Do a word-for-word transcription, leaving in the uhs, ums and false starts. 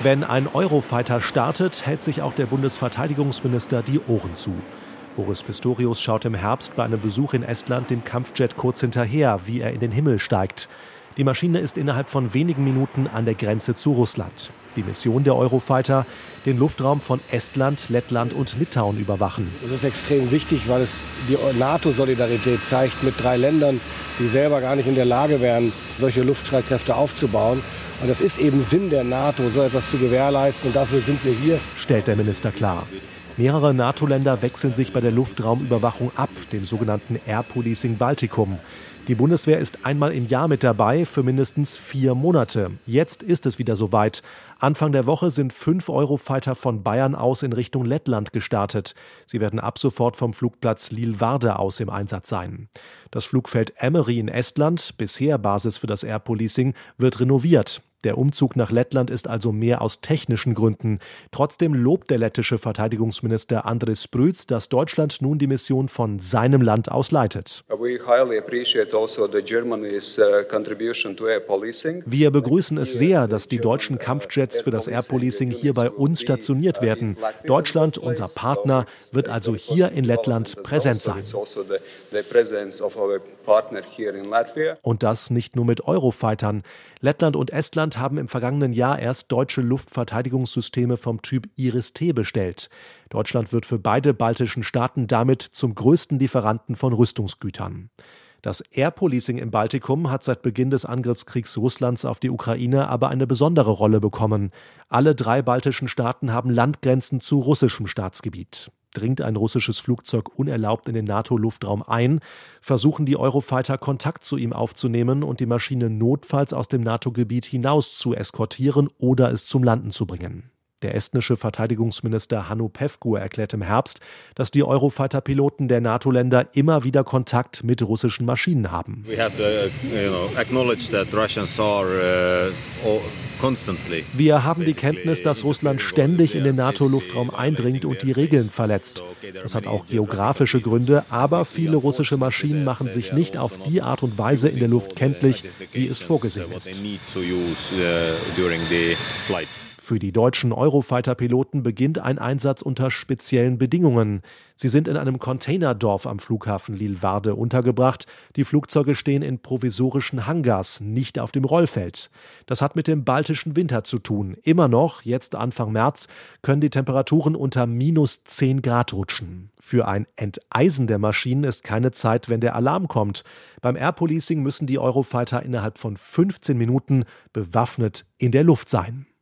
Wenn ein Eurofighter startet, hält sich auch der Bundesverteidigungsminister die Ohren zu. Boris Pistorius schaut im Herbst bei einem Besuch in Estland dem Kampfjet kurz hinterher, wie er in den Himmel steigt. Die Maschine ist innerhalb von wenigen Minuten an der Grenze zu Russland. Die Mission der Eurofighter: den Luftraum von Estland, Lettland und Litauen überwachen. Das ist extrem wichtig, weil es die NATO-Solidarität zeigt mit drei Ländern, die selber gar nicht in der Lage wären, solche Luftstreitkräfte aufzubauen. Und das ist eben Sinn der NATO, so etwas zu gewährleisten. Und dafür sind wir hier, stellt der Minister klar. Mehrere NATO-Länder wechseln sich bei der Luftraumüberwachung ab, dem sogenannten Air Policing Baltikum. Die Bundeswehr ist einmal im Jahr mit dabei, für mindestens vier Monate. Jetzt ist es wieder soweit. Anfang der Woche sind fünf Eurofighter von Bayern aus in Richtung Lettland gestartet. Sie werden ab sofort vom Flugplatz Lielvārde aus im Einsatz sein. Das Flugfeld Ämeri in Estland, bisher Basis für das Air Policing, wird renoviert. Der Umzug nach Lettland ist also mehr aus technischen Gründen. Trotzdem lobt der lettische Verteidigungsminister Andris Spruits, dass Deutschland nun die Mission von seinem Land aus leitet. Wir begrüßen es sehr, dass die deutschen Kampfjets für das Air Policing hier bei uns stationiert werden. Deutschland, unser Partner, wird also hier in Lettland präsent sein. Und das nicht nur mit Eurofightern. Lettland und Estland haben im vergangenen Jahr erst deutsche Luftverteidigungssysteme vom Typ Iris-T bestellt. Deutschland wird für beide baltischen Staaten damit zum größten Lieferanten von Rüstungsgütern. Das Air Policing im Baltikum hat seit Beginn des Angriffskriegs Russlands auf die Ukraine aber eine besondere Rolle bekommen. Alle drei baltischen Staaten haben Landgrenzen zu russischem Staatsgebiet. Dringt ein russisches Flugzeug unerlaubt in den NATO-Luftraum ein, versuchen die Eurofighter Kontakt zu ihm aufzunehmen und die Maschine notfalls aus dem NATO-Gebiet hinaus zu eskortieren oder es zum Landen zu bringen. Der estnische Verteidigungsminister Hannu Pevkur erklärt im Herbst, dass die Eurofighter-Piloten der NATO-Länder immer wieder Kontakt mit russischen Maschinen haben. Wir haben die Kenntnis, dass Russland ständig in den NATO-Luftraum eindringt und die Regeln verletzt. Das hat auch geografische Gründe, aber viele russische Maschinen machen sich nicht auf die Art und Weise in der Luft kenntlich, wie es vorgesehen ist. Für die deutschen Eurofighter-Piloten beginnt ein Einsatz unter speziellen Bedingungen. Sie sind in einem Containerdorf am Flughafen Lielvārde untergebracht. Die Flugzeuge stehen in provisorischen Hangars, nicht auf dem Rollfeld. Das hat mit dem baltischen Winter zu tun. Immer noch, jetzt Anfang März, können die Temperaturen unter minus zehn Grad rutschen. Für ein Enteisen der Maschinen ist keine Zeit, wenn der Alarm kommt. Beim Air Policing müssen die Eurofighter innerhalb von fünfzehn Minuten bewaffnet in der Luft sein.